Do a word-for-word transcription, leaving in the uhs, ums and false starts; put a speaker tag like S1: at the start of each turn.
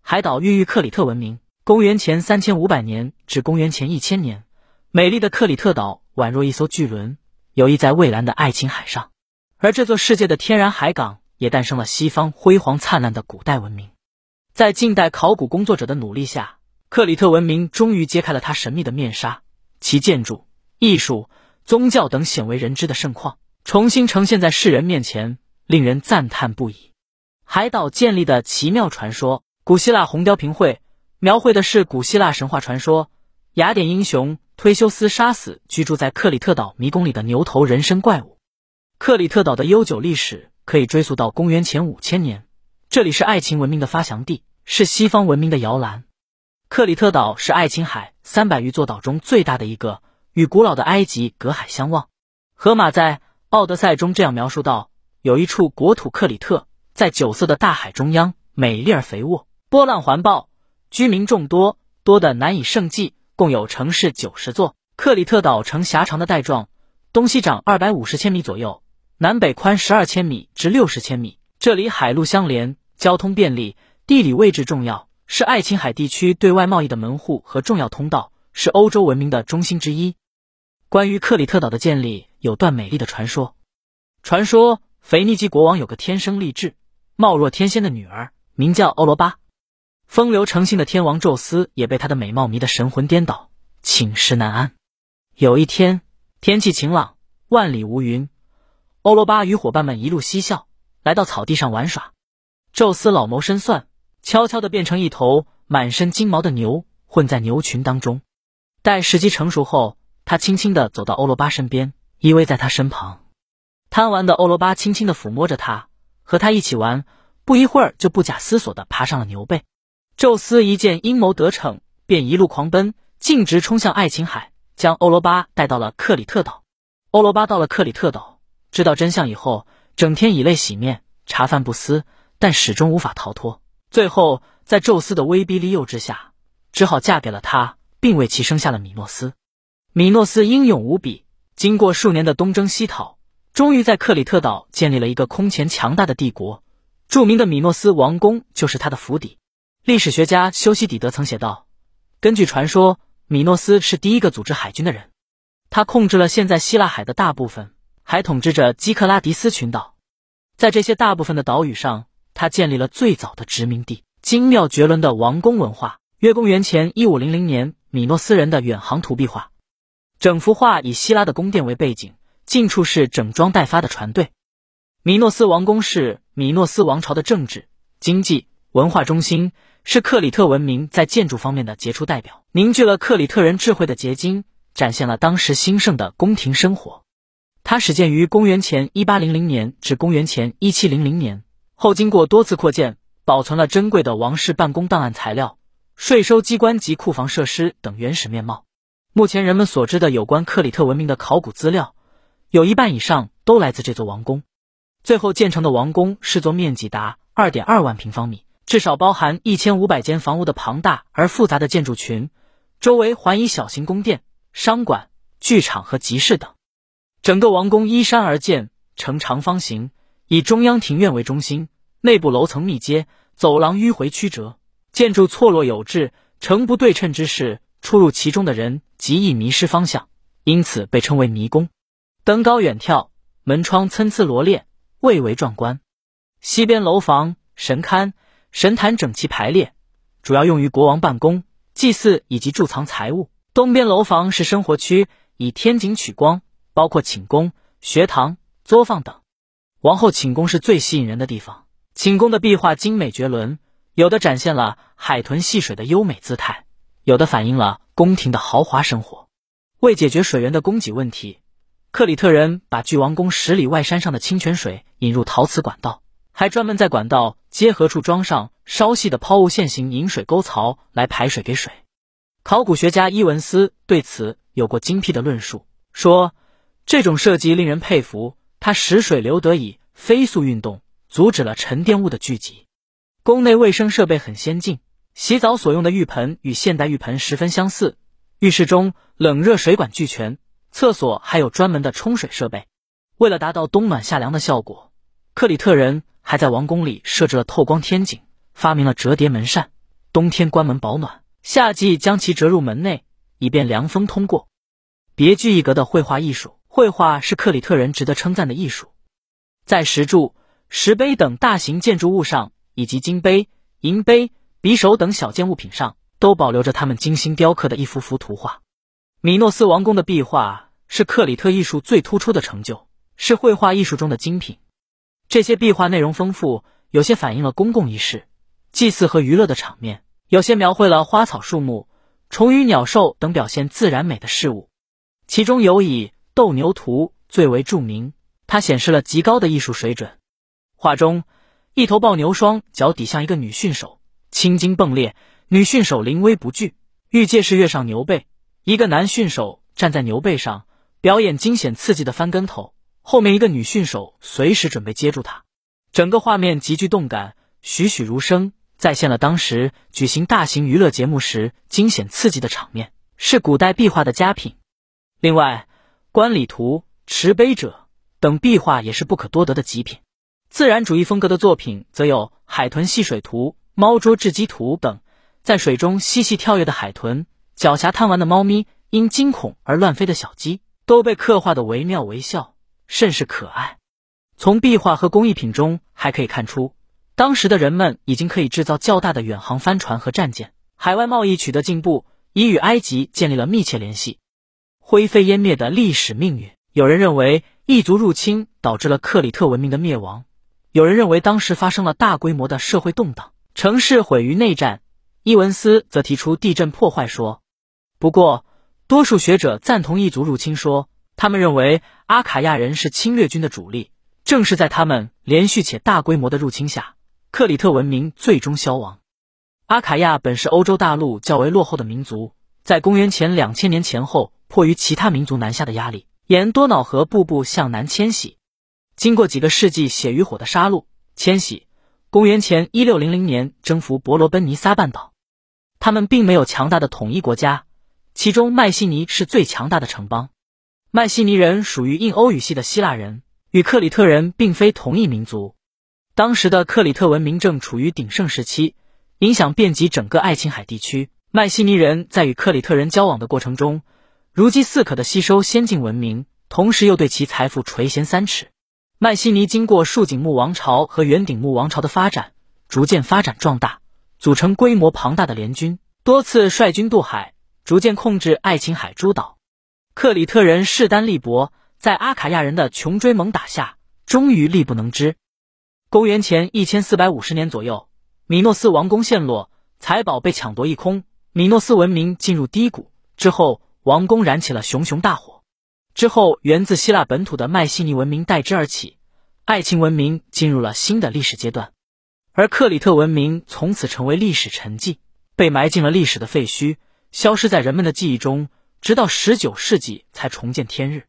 S1: 海岛孕育克里特文明。公元前三千五百年至公元前一千年，美丽的克里特岛宛若一艘巨轮，游弋在蔚蓝的爱琴海上。而这座世界的天然海港也诞生了西方辉煌灿烂的古代文明。在近代考古工作者的努力下，克里特文明终于揭开了它神秘的面纱，其建筑、艺术、宗教等鲜为人知的盛况重新呈现在世人面前，令人赞叹不已。海岛建立的奇妙传说。古希腊红雕瓶会描绘的是古希腊神话传说，雅典英雄忒修斯杀死居住在克里特岛迷宫里的牛头人身怪物。克里特岛的悠久历史可以追溯到公元前五千年，这里是爱琴文明的发祥地，是西方文明的摇篮。克里特岛是爱琴海三百余座岛中最大的一个，与古老的埃及隔海相望。荷马在《奥德赛》中这样描述道：有一处国土克里特，在九色的大海中央，美丽而肥沃，波浪环抱，居民众多，多得难以胜计，共有城市九十座。克里特岛呈狭长的带状，东西长二百五十千米左右，南北宽十二千米至六十千米。这里海陆相连，交通便利，地理位置重要，是爱琴海地区对外贸易的门户和重要通道，是欧洲文明的中心之一。关于克里特岛的建立，有段美丽的传说。传说腓尼基国王有个天生丽质、貌若天仙的女儿，名叫欧罗巴。风流成性的天王宙斯也被她的美貌迷得神魂颠倒，寝食难安。有一天，天气晴朗，万里无云，欧罗巴与伙伴们一路嬉笑，来到草地上玩耍。宙斯老谋深算，悄悄地变成一头满身金毛的牛，混在牛群当中。待时机成熟后，他轻轻地走到欧罗巴身边，依偎在他身旁。贪玩的欧罗巴轻轻地抚摸着他，和他一起玩，不一会儿就不假思索地爬上了牛背。宙斯一见阴谋得逞，便一路狂奔，径直冲向爱琴海，将欧罗巴带到了克里特岛。欧罗巴到了克里特岛，知道真相以后，整天以泪洗面，茶饭不思，但始终无法逃脱。最后在宙斯的威逼利诱之下，只好嫁给了他，并为其生下了米诺斯。米诺斯英勇无比，经过数年的东征西讨，终于在克里特岛建立了一个空前强大的帝国。著名的米诺斯王宫就是他的府邸。历史学家修昔底德曾写道，根据传说，米诺斯是第一个组织海军的人，他控制了现在希腊海的大部分，还统治着基克拉迪斯群岛。在这些大部分的岛屿上，他建立了最早的殖民地，精妙绝伦的王宫文化。约公元前一五零零年，米诺斯人的远航图壁画，整幅画以希腊的宫殿为背景，近处是整装待发的船队。米诺斯王宫是米诺斯王朝的政治、经济、文化中心，是克里特文明在建筑方面的杰出代表，凝聚了克里特人智慧的结晶，展现了当时兴盛的宫廷生活。它始建于公元前一八零零年至公元前一七零零年，后经过多次扩建，保存了珍贵的王室办公档案材料、税收机关及库房设施等原始面貌。目前人们所知的有关克里特文明的考古资料，有一半以上都来自这座王宫。最后建成的王宫是座面积达 二点二万平方米，至少包含一千五百间房屋的庞大而复杂的建筑群，周围环以小型宫殿、商馆、剧场和集市等。整个王宫依山而建，呈长方形，以中央庭院为中心，内部楼层密接，走廊迂回曲折，建筑错落有致，呈不对称之势，出入其中的人极易迷失方向，因此被称为迷宫。登高远眺，门窗参差罗列，蔚为壮观。西边楼房、神龛、神坛整齐排列，主要用于国王办公、祭祀以及贮藏财物。东边楼房是生活区，以天井取光，包括寝宫、学堂、作坊等。王后寝宫是最吸引人的地方，寝宫的壁画精美绝伦，有的展现了海豚戏水的优美姿态，有的反映了宫廷的豪华生活。为解决水源的供给问题，克里特人把距王宫十里外山上的清泉水引入陶瓷管道，还专门在管道接合处装上稍细的抛物线形引水沟槽来排水给水。考古学家伊文斯对此有过精辟的论述，说这种设计令人佩服，它使水流得以飞速运动，阻止了沉淀物的聚集。宫内卫生设备很先进，洗澡所用的浴盆与现代浴盆十分相似，浴室中冷热水管俱全，厕所还有专门的冲水设备。为了达到冬暖夏凉的效果，克里特人还在王宫里设置了透光天井，发明了折叠门扇， 冬天关门保暖，夏季将其折入门内，以便凉风通过。别具一格的绘画艺术，绘画是克里特人值得称赞的艺术。在石柱、石碑等大型建筑物上，以及金杯、银杯、匕首等小件物品上，都保留着他们精心雕刻的一幅幅图画。米诺斯王宫的壁画是克里特艺术最突出的成就，是绘画艺术中的精品。这些壁画内容丰富，有些反映了公共仪式、祭祀和娱乐的场面，有些描绘了花草树木、虫鱼鸟兽等表现自然美的事物。其中有以斗牛图最为著名，它显示了极高的艺术水准。画中，一头豹牛双脚抵向一个女驯手，青筋迸裂，女驯手临危不惧，欲借势跃上牛背。一个男驯手站在牛背上，表演惊险刺激的翻跟头，后面一个女驯手随时准备接住他。整个画面极具动感，栩栩如生，再现了当时举行大型娱乐节目时惊险刺激的场面，是古代壁画的佳品。另外，观礼图、持碑者等壁画也是不可多得的极品。自然主义风格的作品则有海豚戏水图、猫捉雉鸡图等，在水中嬉戏跳跃的海豚、狡黠贪玩的猫咪、因惊恐而乱飞的小鸡，都被刻画得惟妙惟肖，甚是可爱。从壁画和工艺品中还可以看出，当时的人们已经可以制造较大的远航帆船和战舰，海外贸易取得进步，已与埃及建立了密切联系。灰飞烟灭的历史命运，有人认为异族入侵导致了克里特文明的灭亡，有人认为当时发生了大规模的社会动荡，城市毁于内战。伊文斯则提出地震破坏说。不过，多数学者赞同异族入侵说，他们认为阿卡亚人是侵略军的主力，正是在他们连续且大规模的入侵下，克里特文明最终消亡。阿卡亚本是欧洲大陆较为落后的民族，在公元前两千年前后，迫于其他民族南下的压力，沿多瑙河步步向南迁徙。经过几个世纪血与火的杀戮、迁徙，公元前一六零零年征服伯罗奔尼撒半岛。他们并没有强大的统一国家，其中迈锡尼是最强大的城邦。迈锡尼人属于印欧语系的希腊人，与克里特人并非同一民族。当时的克里特文明正处于鼎盛时期，影响遍及整个爱琴海地区。迈锡尼人在与克里特人交往的过程中，如饥似渴地吸收先进文明，同时又对其财富垂涎三尺。迈锡尼经过树井木王朝和圆顶木王朝的发展，逐渐发展壮大，组成规模庞大的联军，多次率军渡海，逐渐控制爱琴海诸岛。克里特人势单力薄，在阿卡亚人的穷追猛打下，终于力不能支。公元前一千四百五十年左右，米诺斯王宫陷落，财宝被抢夺一空，米诺斯文明进入低谷。之后，王宫燃起了熊熊大火。之后，源自希腊本土的迈锡尼文明代之而起，爱琴文明进入了新的历史阶段，而克里特文明从此成为历史沉寂，被埋进了历史的废墟，消失在人们的记忆中，直到十九世纪才重见天日。